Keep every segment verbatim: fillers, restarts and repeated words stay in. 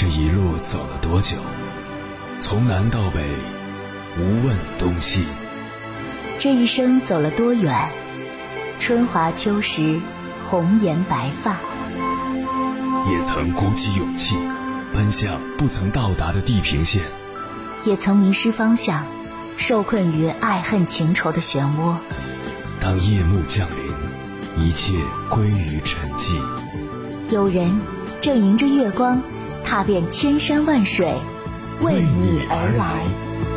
这一路走了多久？从南到北，无问东西。 这一生走了多远？春华秋实，红颜白发。 也曾鼓起勇气，奔向不曾到达的地平线。 也曾迷失方向，受困于爱恨情仇的漩涡。 当夜幕降临，一切归于沉寂。 有人正迎着月光，踏遍千山万水，为你而来。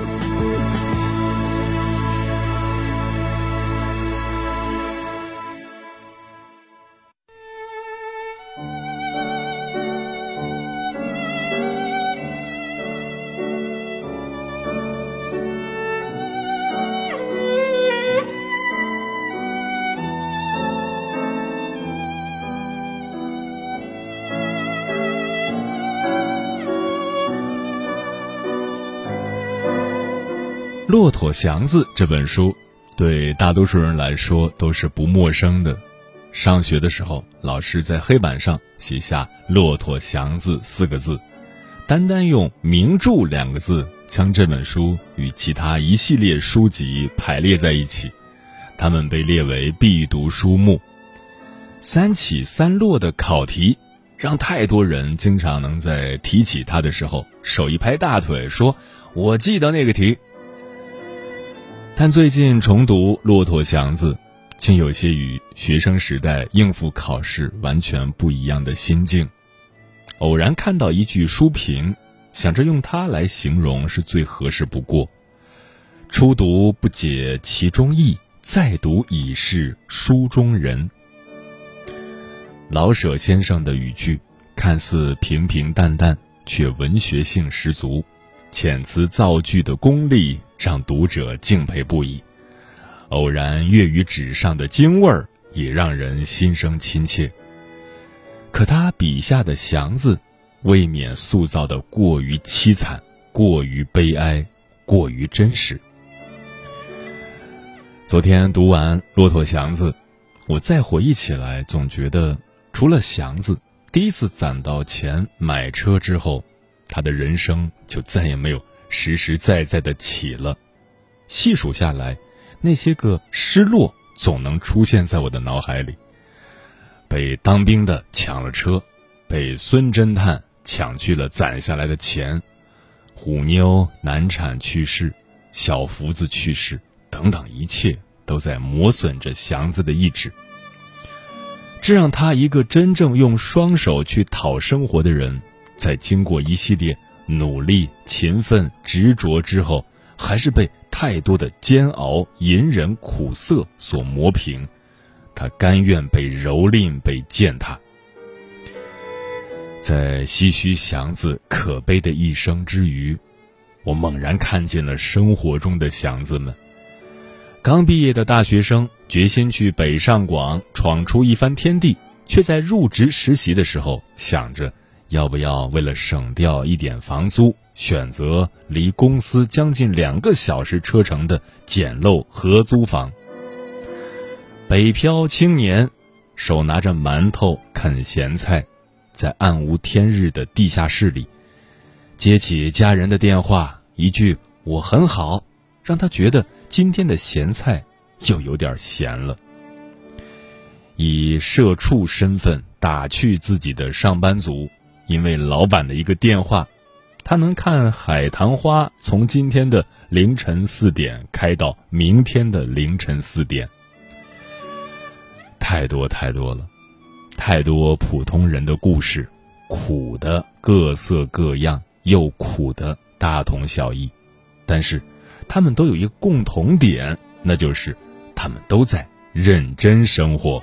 《骆驼祥子》这本书对大多数人来说都是不陌生的。上学的时候，老师在黑板上写下“骆驼祥子”四个字，单单用名著两个字将这本书与其他一系列书籍排列在一起，它们被列为必读书目。三起三落的考题让太多人经常能在提起它的时候手一拍大腿说：“我记得那个题。”但最近重读《骆驼祥子》，竟有些与学生时代应付考试完全不一样的心境。偶然看到一句书评，想着用它来形容是最合适不过：初读不解其中意，再读已是书中人。老舍先生的语句看似平平淡淡，却文学性十足，遣词造句的功力让读者敬佩不已，偶然跃于纸上的京味儿也让人心生亲切。可他笔下的祥子未免塑造得过于凄惨，过于悲哀，过于真实。昨天读完《骆驼祥子》，我再回忆起来，总觉得除了祥子第一次攒到钱买车之后，他的人生就再也没有实实在在的起了。细数下来，那些个失落总能出现在我的脑海里。被当兵的抢了车，被孙侦探抢去了攒下来的钱，虎妞难产去世，小福子去世，等等，一切都在磨损着祥子的意志。这让他一个真正用双手去讨生活的人，在经过一系列努力、勤奋、执着之后，还是被太多的煎熬、隐忍、苦涩所磨平。他甘愿被蹂躏、被践踏。在唏嘘祥子可悲的一生之余，我猛然看见了生活中的祥子们。刚毕业的大学生决心去北上广闯出一番天地，却在入职实习的时候想着要不要为了省掉一点房租，选择离公司将近两个小时车程的简陋合租房。北漂青年手拿着馒头啃咸菜，在暗无天日的地下室里接起家人的电话，一句我很好，让他觉得今天的咸菜又有点咸了。以社畜身份打趣自己的上班族，因为老板的一个电话，他能看海棠花从今天的凌晨四点开到明天的凌晨四点。太多太多了，太多普通人的故事，苦的各色各样，又苦的大同小异，但是他们都有一个共同点，那就是他们都在认真生活。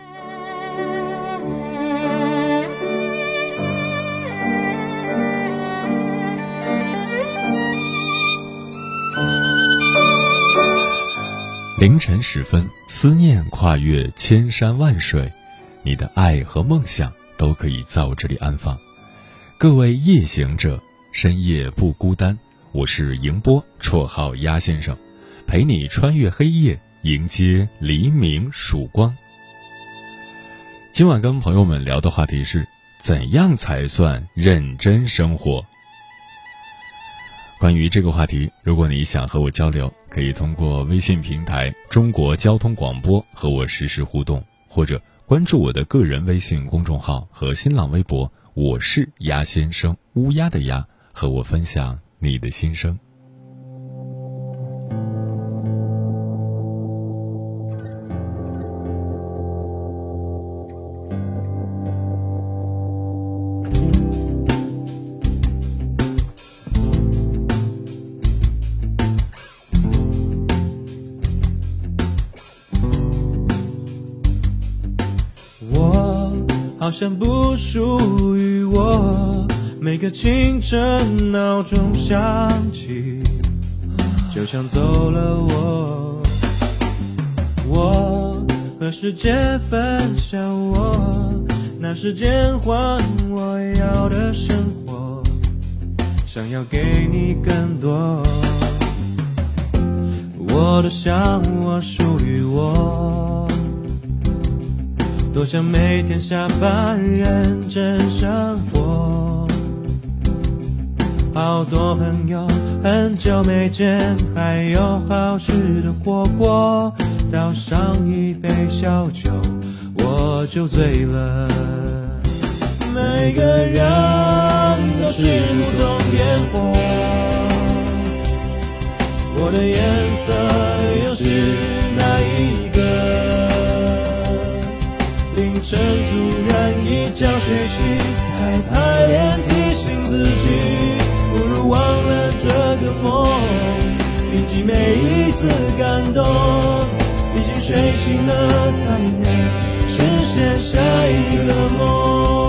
凌晨时分，思念跨越千山万水，你的爱和梦想都可以在我这里安放。各位夜行者，深夜不孤单，我是迎波，绰号鸭先生，陪你穿越黑夜，迎接黎明曙光。今晚跟朋友们聊的话题是：怎样才算认真生活？ 关于这个话题，如果你想和我交流，可以通过微信平台中国交通广播和我实时互动，或者关注我的个人微信公众号和新浪微博，我是鸭先生，乌鸦的鸭，和我分享你的心声。 好像不属于我，每个清晨闹钟响起，就像走了我。我和世界分享我，拿时间换我要的生活，想要给你更多，我都想我属于我。多想每天下班认真生活，好多朋友很久没见，还有好吃的火锅，倒上一杯小酒我就醉了。每个人都是不同烟火，我的颜色又是哪一个？凌晨突然一觉睡醒，还排练提醒自己，不如忘了这个梦，铭记每一次感动，毕竟睡醒了才能实现下一个梦。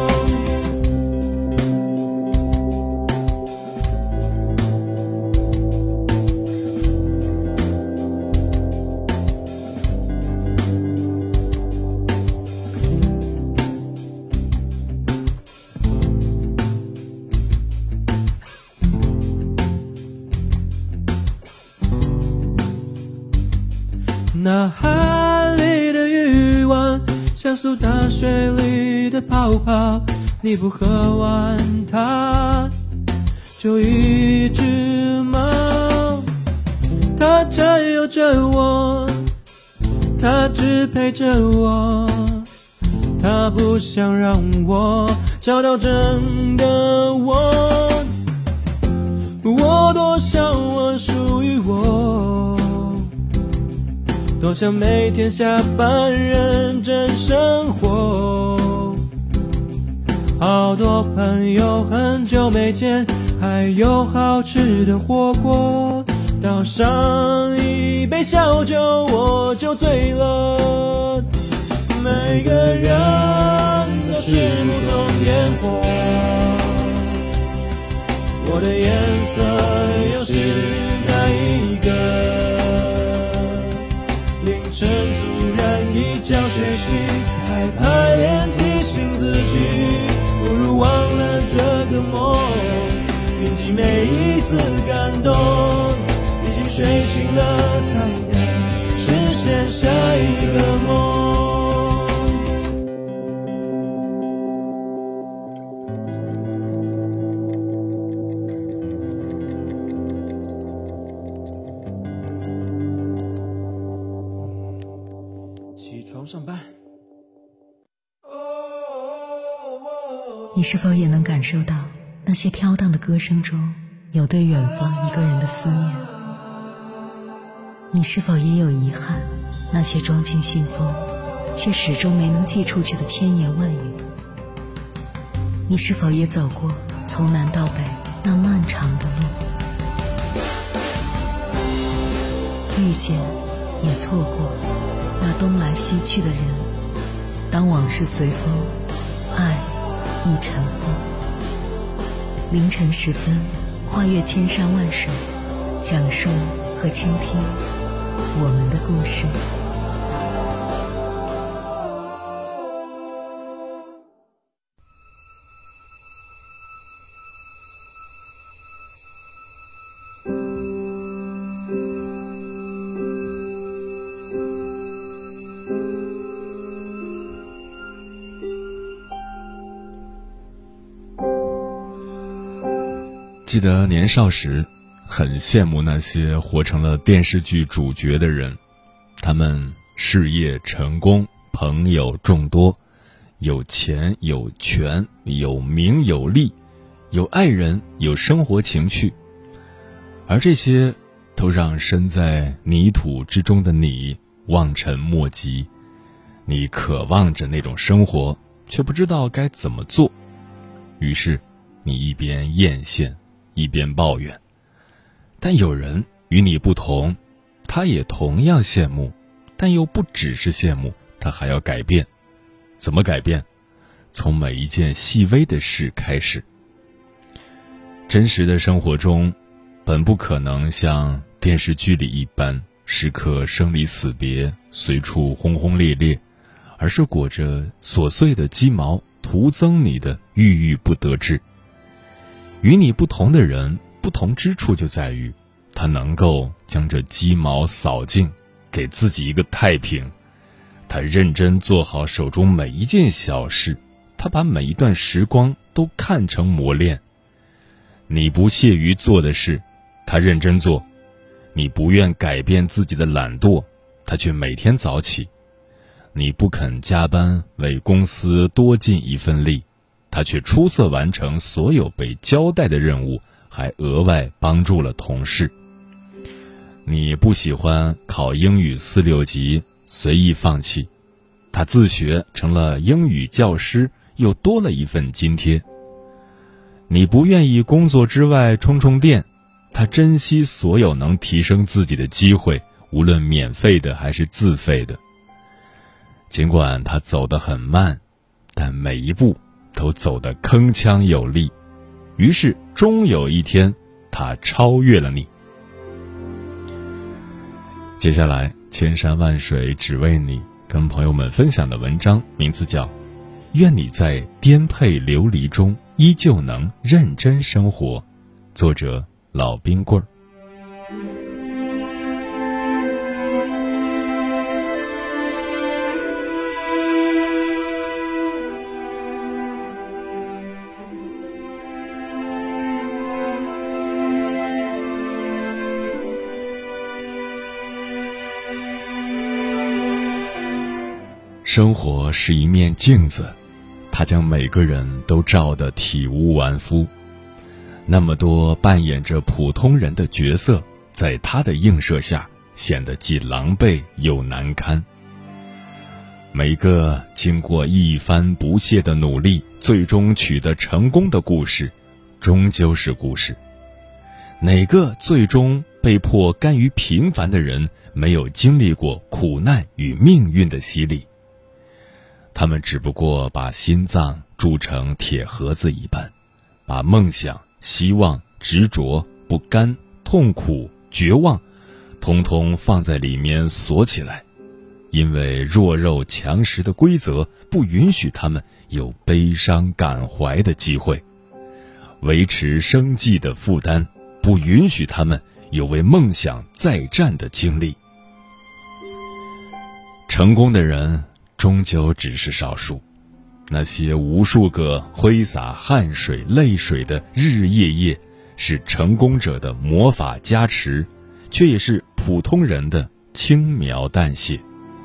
脑海里的欲望像苏打水里的泡泡，你不喝完它就一直冒。它占有着我，它支配着我，它不想让我找到真的我。我多想我属于我，多想每天下班认真生活，好多朋友很久没见，还有好吃的火锅，倒上一杯小酒我就醉了。每个人都是不同烟火，我的颜色又是哪一个？凌晨突然一觉睡醒，还排练提醒自己，不如忘了这个梦，铭记每一次感动，毕竟睡醒了才能实现下一个梦。上班。 你是否也能感受到那些飘荡的歌声中有对远方一个人的思念？你是否也有遗憾，那些装进信封却始终没能寄出去的千言万语？你是否也走过从南到北那漫长的路，遇见也错过那东来西去的人？当往事随风，爱亦尘封。凌晨时分，跨越千山万水，讲述和倾听我们的故事。 记得年少时，很羡慕那些活成了电视剧主角的人，他们事业成功，朋友众多，有钱有权，有名有利，有爱人，有生活情趣，而这些都让身在泥土之中的你望尘莫及。你渴望着那种生活，却不知道该怎么做，于是你一边艳羡，一边抱怨。但有人与你不同，他也同样羡慕，但又不只是羡慕，他还要改变。怎么改变？从每一件细微的事开始。真实的生活中，本不可能像电视剧里一般，时刻生离死别，随处轰轰烈烈，而是裹着琐碎的鸡毛，徒增你的郁郁不得志。与你不同的人，不同之处就在于，他能够将这鸡毛扫净，给自己一个太平。他认真做好手中每一件小事，他把每一段时光都看成磨练。你不屑于做的事，他认真做；你不愿改变自己的懒惰，他却每天早起；你不肯加班为公司多尽一份力，他却出色完成所有被交代的任务，还额外帮助了同事。你不喜欢考英语四六级，随意放弃，他自学成了英语教师，又多了一份津贴。你不愿意工作之外充充电，他珍惜所有能提升自己的机会，无论免费的还是自费的。尽管他走得很慢，但每一步都走得铿锵有力，于是终有一天他超越了你。接下来千山万水只为你，跟朋友们分享的文章名字叫《愿你在颠沛流离中依旧能认真生活》，作者老冰棍儿。生活是一面镜子，它将每个人都照得体无完肤。那么多扮演着普通人的角色，在它的映射下，显得既狼狈又难堪。每个经过一番不懈的努力，最终取得成功的故事，终究是故事。哪个最终被迫甘于平凡的人，没有经历过苦难与命运的洗礼？他们只不过把心脏铸成铁盒子一般，把梦想、希望、执着、不甘、痛苦、绝望，通通放在里面锁起来，因为弱肉强食的规则不允许他们有悲伤感怀的机会，维持生计的负担不允许他们有为梦想再战的经历。成功的人终究只是少数，那些无数个挥洒汗水泪水的日日夜夜，是成功者的魔法加持，却也是普通人的轻描淡写。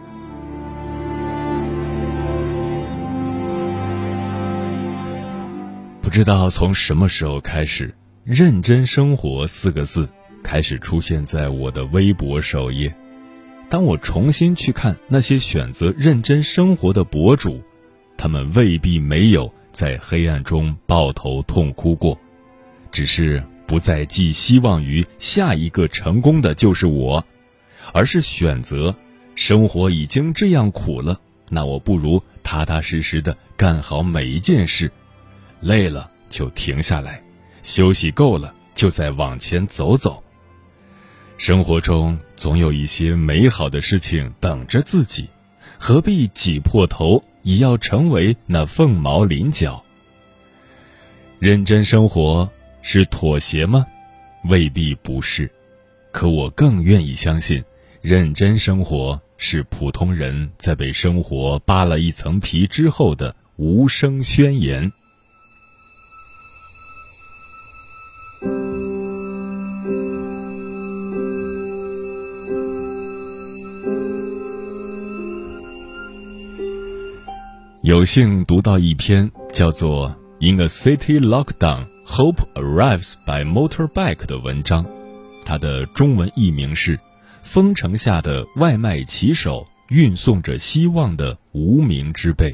不知道从什么时候开始，认真生活四个字开始出现在我的微博首页。当我重新去看那些选择认真生活的博主，他们未必没有在黑暗中抱头痛哭过，只是不再寄希望于下一个成功的就是我，而是选择生活已经这样苦了，那我不如踏踏实实的干好每一件事，累了就停下来，休息够了就再往前走走。生活中总有一些美好的事情等着自己，何必挤破头也要成为那凤毛麟角？认真生活是妥协吗？未必不是，可我更愿意相信，认真生活是普通人在被生活扒了一层皮之后的无声宣言。 有幸读到一篇叫做 In a City Lockdown, Hope Arrives by Motorbike 的文章，它的中文译名是封城下的外卖骑手运送着希望的无名之辈。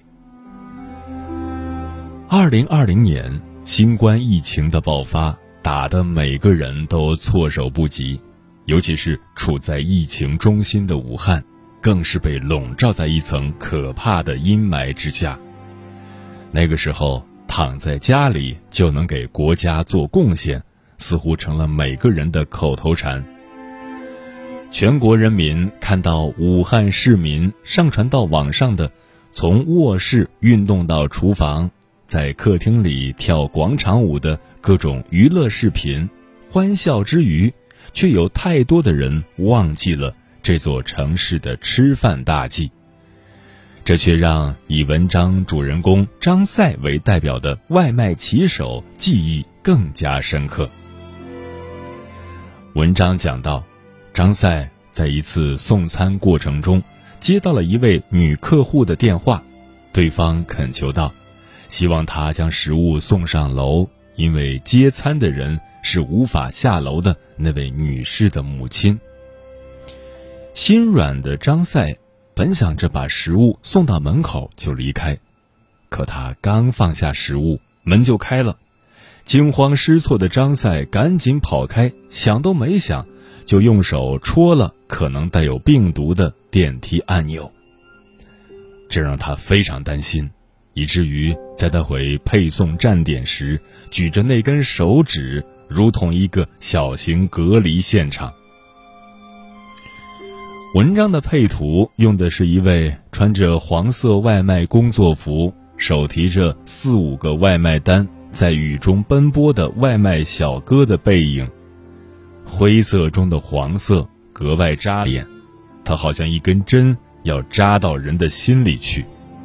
二零二零年新冠疫情的爆发打得每个人都措手不及，尤其是处在疫情中心的武汉，更是被笼罩在一层可怕的阴霾之下。那个时候，躺在家里就能给国家做贡献，似乎成了每个人的口头禅。全国人民看到武汉市民上传到网上的从卧室运动到厨房，在客厅里跳广场舞的各种娱乐视频，欢笑之余，却有太多的人忘记了这座城市的吃饭大忌。这却让以文章主人公张赛为代表的外卖骑手记忆更加深刻。文章讲到，张赛在一次送餐过程中接到了一位女客户的电话，对方恳求道，希望他将食物送上楼，因为接餐的人是无法下楼的那位女士的母亲。心软的张赛本想着把食物送到门口就离开，可他刚放下食物，门就开了。惊慌失措的张赛赶紧跑开，想都没想就用手戳了可能带有病毒的电梯按钮。这让他非常担心，以至于在他回配送站点时，举着那根手指如同一个小型隔离现场。文章的配图用的是一位穿着黄色外卖工作服，手提着四五个外卖单，在雨中奔波的外卖小哥的背影。灰色中的黄色格外扎眼，它好像一根针要扎到人的心里去。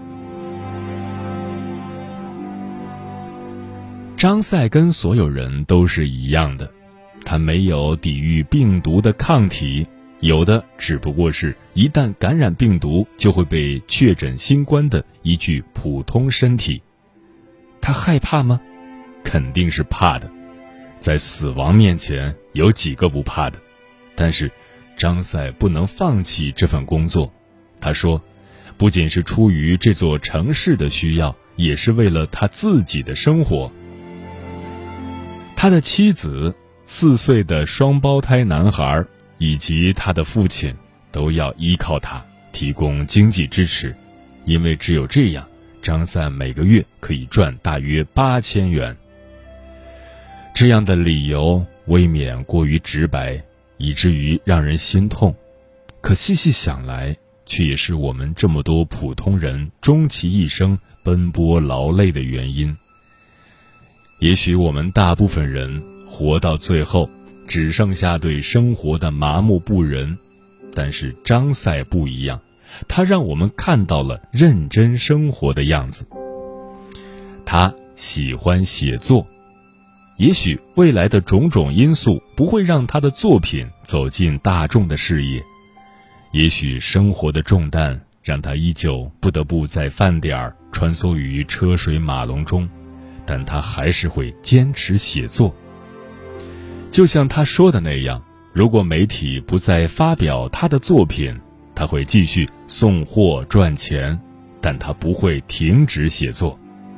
张赛跟所有人都是一样的，他没有抵御病毒的抗体，有的只不过是一旦感染病毒就会被确诊新冠的一具普通身体。他害怕吗？肯定是怕的，在死亡面前有几个不怕的？但是张赛不能放弃这份工作。他说，不仅是出于这座城市的需要，也是为了他自己的生活。他的妻子、四岁的双胞胎男孩以及他的父亲都要依靠他提供经济支持，因为只有这样，张赛每个月可以赚大约八千元。这样的理由未免过于直白，以至于让人心痛。可细细想来，却也是我们这么多普通人终其一生奔波劳累的原因。也许我们大部分人活到最后只剩下对生活的麻木不仁，但是张赛不一样，他让我们看到了认真生活的样子。他喜欢写作，也许未来的种种因素不会让他的作品走进大众的视野，也许生活的重担让他依旧不得不在饭点儿穿梭于车水马龙中，但他还是会坚持写作。就像他说的那样，如果媒体不再发表他的作品，他会继续送货赚钱，但他不会停止写作。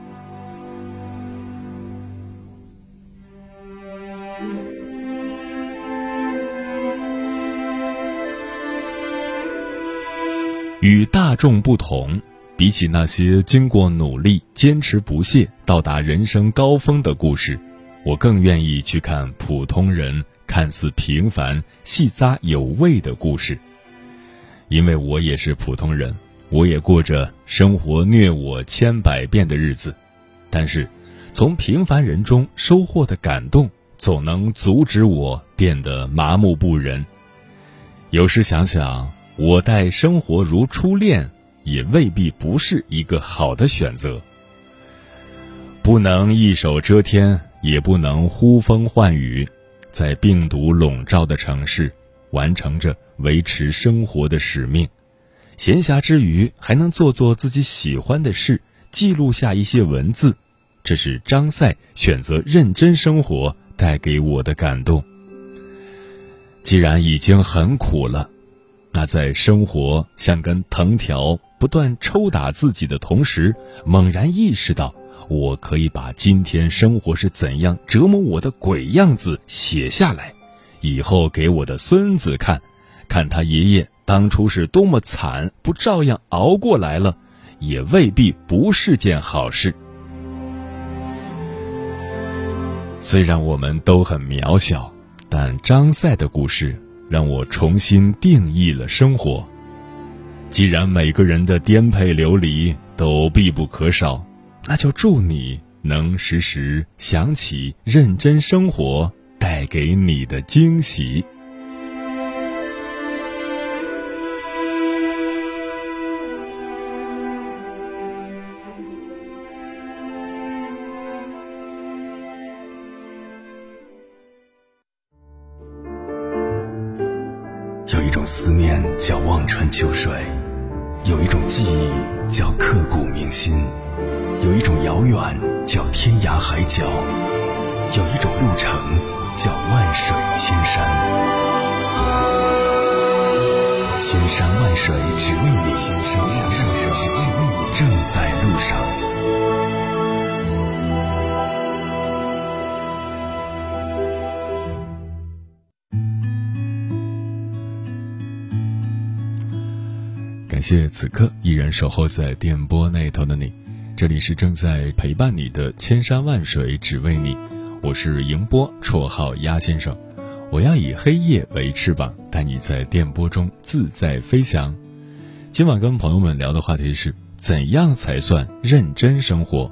与大众不同，比起那些经过努力、坚持不懈到达人生高峰的故事，我更愿意去看普通人看似平凡、细杂有味的故事。因为我也是普通人，我也过着生活虐我千百遍的日子，但是从平凡人中收获的感动，总能阻止我变得麻木不仁。有时想想，我待生活如初恋，也未必不是一个好的选择。不能一手遮天，也不能呼风唤雨，在病毒笼罩的城市，完成着维持生活的使命。闲暇之余，还能做做自己喜欢的事， 记录下一些文字，这是张赛选择认真生活带给我的感动。既然已经很苦了，那在生活像根藤条不断抽打自己的同时，猛然意识到我可以把今天生活是怎样折磨我的鬼样子写下来，以后给我的孙子看，看他爷爷当初是多么惨，不照样熬过来了，也未必不是件好事。虽然我们都很渺小，但张赛的故事让我重新定义了生活。既然每个人的颠沛流离都必不可少，那就祝你能时时想起认真生活带给你的惊喜。 有一种思念叫望穿秋水，有一种记忆叫刻骨铭心，有一种遥远叫天涯海角，有一种路程叫万水千山。千山万水只为你，千山万水只为你，正在路上。 感谢此刻依然守候在电波那头的你，这里是正在陪伴你的千山万水只为你，我是迎波，绰号鸭先生。我要以黑夜为翅膀，带你在电波中自在飞翔。今晚跟朋友们聊的话题是，怎样才算认真生活？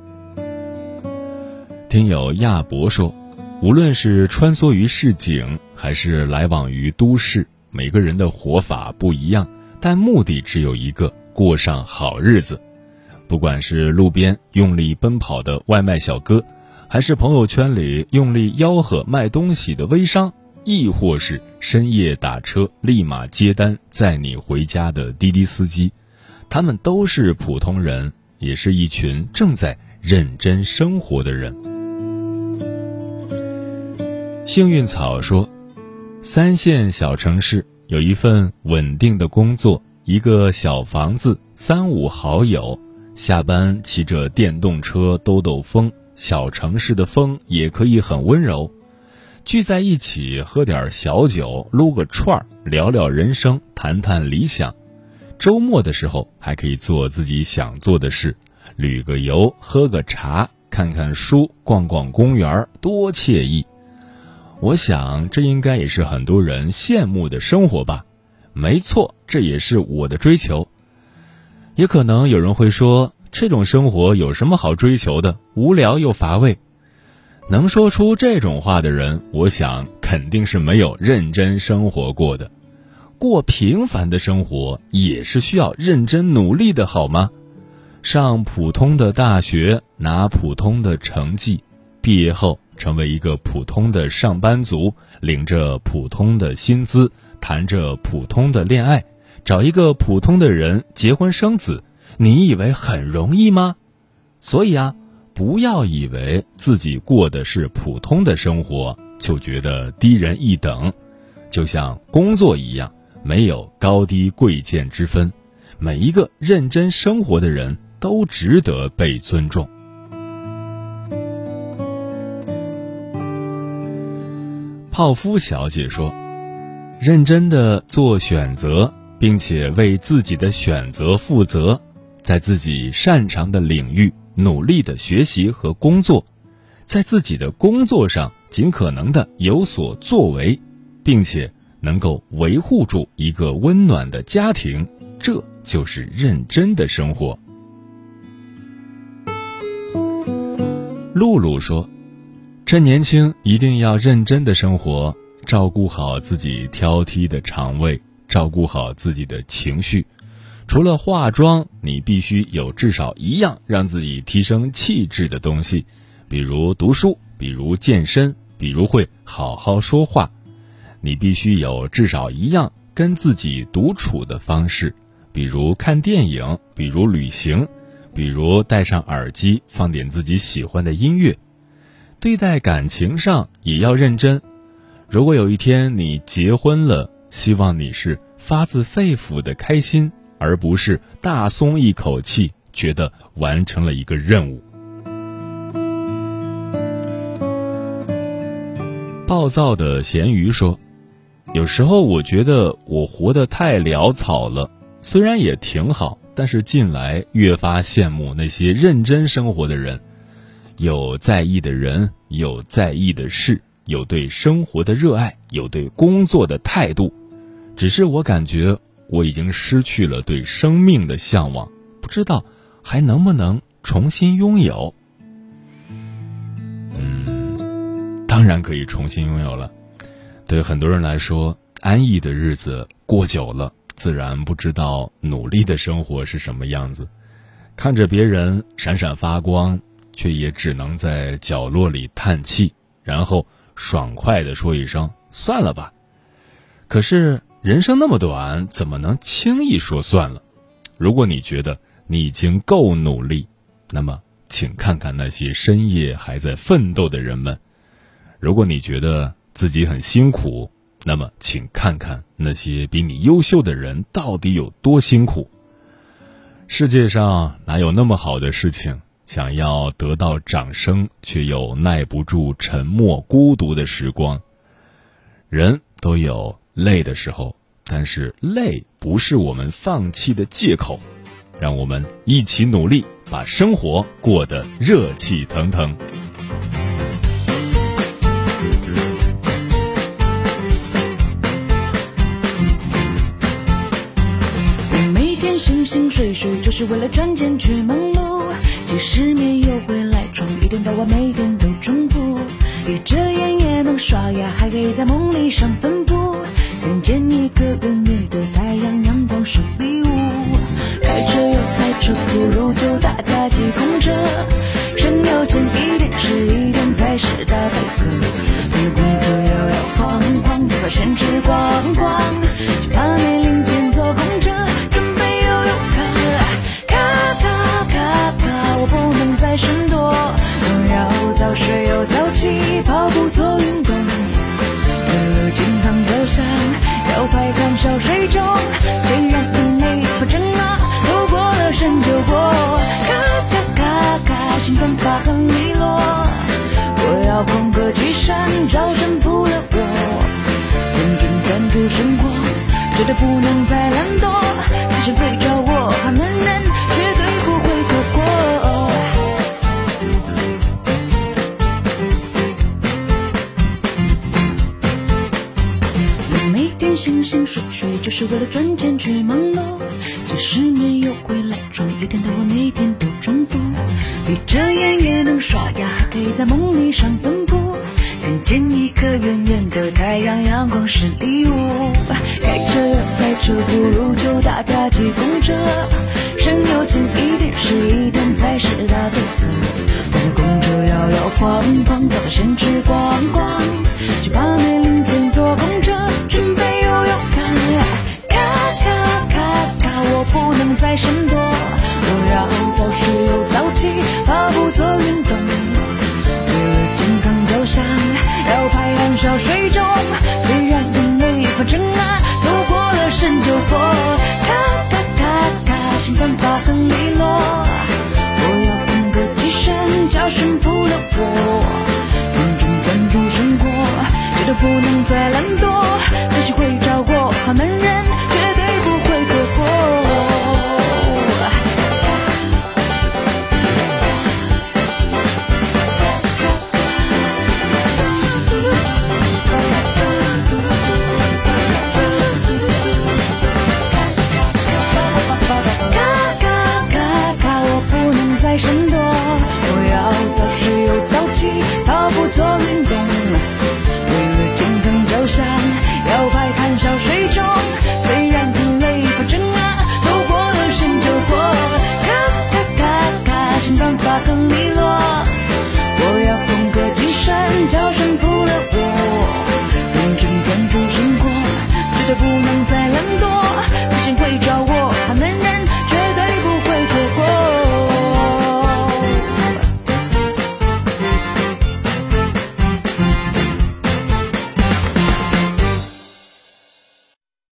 听友亚博说，无论是穿梭于市井，还是来往于都市，每个人的活法不一样，但目的只有一个，过上好日子。不管是路边用力奔跑的外卖小哥，还是朋友圈里用力吆喝卖东西的微商，亦或是深夜打车立马接单载你回家的滴滴司机，他们都是普通人，也是一群正在认真生活的人。幸运草说，三线小城市有一份稳定的工作，一个小房子，三五好友，下班骑着电动车兜兜风，小城市的风也可以很温柔，聚在一起喝点小酒，撸个串儿，聊聊人生，谈谈理想。周末的时候还可以做自己想做的事，旅个游，喝个茶，看看书，逛逛公园，多惬意。我想这应该也是很多人羡慕的生活吧。没错，这也是我的追求。也可能有人会说，这种生活有什么好追求的，无聊又乏味。能说出这种话的人，我想肯定是没有认真生活过的。过平凡的生活也是需要认真努力的，好吗？上普通的大学，拿普通的成绩，毕业后成为一个普通的上班族，领着普通的薪资，谈着普通的恋爱，找一个普通的人结婚生子，你以为很容易吗？所以啊，不要以为自己过的是普通的生活就觉得低人一等。就像工作一样，没有高低贵贱之分，每一个认真生活的人都值得被尊重。泡芙小姐说，认真的做选择，并且为自己的选择负责，在自己擅长的领域努力的学习和工作，在自己的工作上尽可能的有所作为，并且能够维护住一个温暖的家庭，这就是认真的生活。露露说，趁年轻一定要认真的生活，照顾好自己挑剔的肠胃，照顾好自己的情绪。除了化妆，你必须有至少一样让自己提升气质的东西，比如读书，比如健身，比如会好好说话。你必须有至少一样跟自己独处的方式，比如看电影，比如旅行， 比如戴上耳机，放点自己喜欢的音乐。对待感情上也要认真。如果有一天你结婚了，希望你是发自肺腑的开心，而不是大松一口气，觉得完成了一个任务。暴躁的咸鱼说，有时候我觉得我活得太潦草了，虽然也挺好，但是近来越发羡慕那些认真生活的人，有在意的人，有在意的事，有对生活的热爱，有对工作的态度。只是我感觉我已经失去了对生命的向往，不知道还能不能重新拥有。嗯，当然可以重新拥有了。对很多人来说，安逸的日子过久了，自然不知道努力的生活是什么样子。看着别人闪闪发光，却也只能在角落里叹气，然后爽快地说一声算了吧。可是人生那么短，怎么能轻易说算了？如果你觉得你已经够努力，那么请看看那些深夜还在奋斗的人们。如果你觉得自己很辛苦，那么请看看那些比你优秀的人到底有多辛苦。世界上哪有那么好的事情，想要得到掌声，却又耐不住沉默孤独的时光。人都有累的时候，但是累不是我们放弃的借口。让我们一起努力，把生活过得热气腾腾。 每天醒醒睡睡，就是为了赚钱去忙碌，即使没有回来床，一天到晚每天都重复，闭着眼也能刷牙，还可以在梦里上分布，看见一个远远的太阳，阳光是礼物。开车有塞车，不如就大家挤公车，人要见一点是一点才是大对策。没有公车摇摇晃晃，就把钱吃光光，去把那零钱坐公车，准备悠悠卡卡卡卡卡，我不能再闪躲，我要早睡又早起，跑步做运动，为了健康着想，要快看小水肿，虽然很累，反正啊都过了神就过，咔咔咔咔，心脏发很利落，我要空个几山，找神服了我，认真专注生活，绝对不能再懒惰，自信会找我，好男人绝对不会错过。每天醒醒睡睡，就是为了赚钱去忙碌，即使没有回来床，一天到晚每天都重复，闭着眼也能刷牙，还可以在梦里上分布，看见一颗圆圆的太阳，阳光是礼物。开车有塞车，不如就大家挤公车，人有钱一点是一点才是大对策。我的公车摇摇晃晃，早把钱吃光光，去把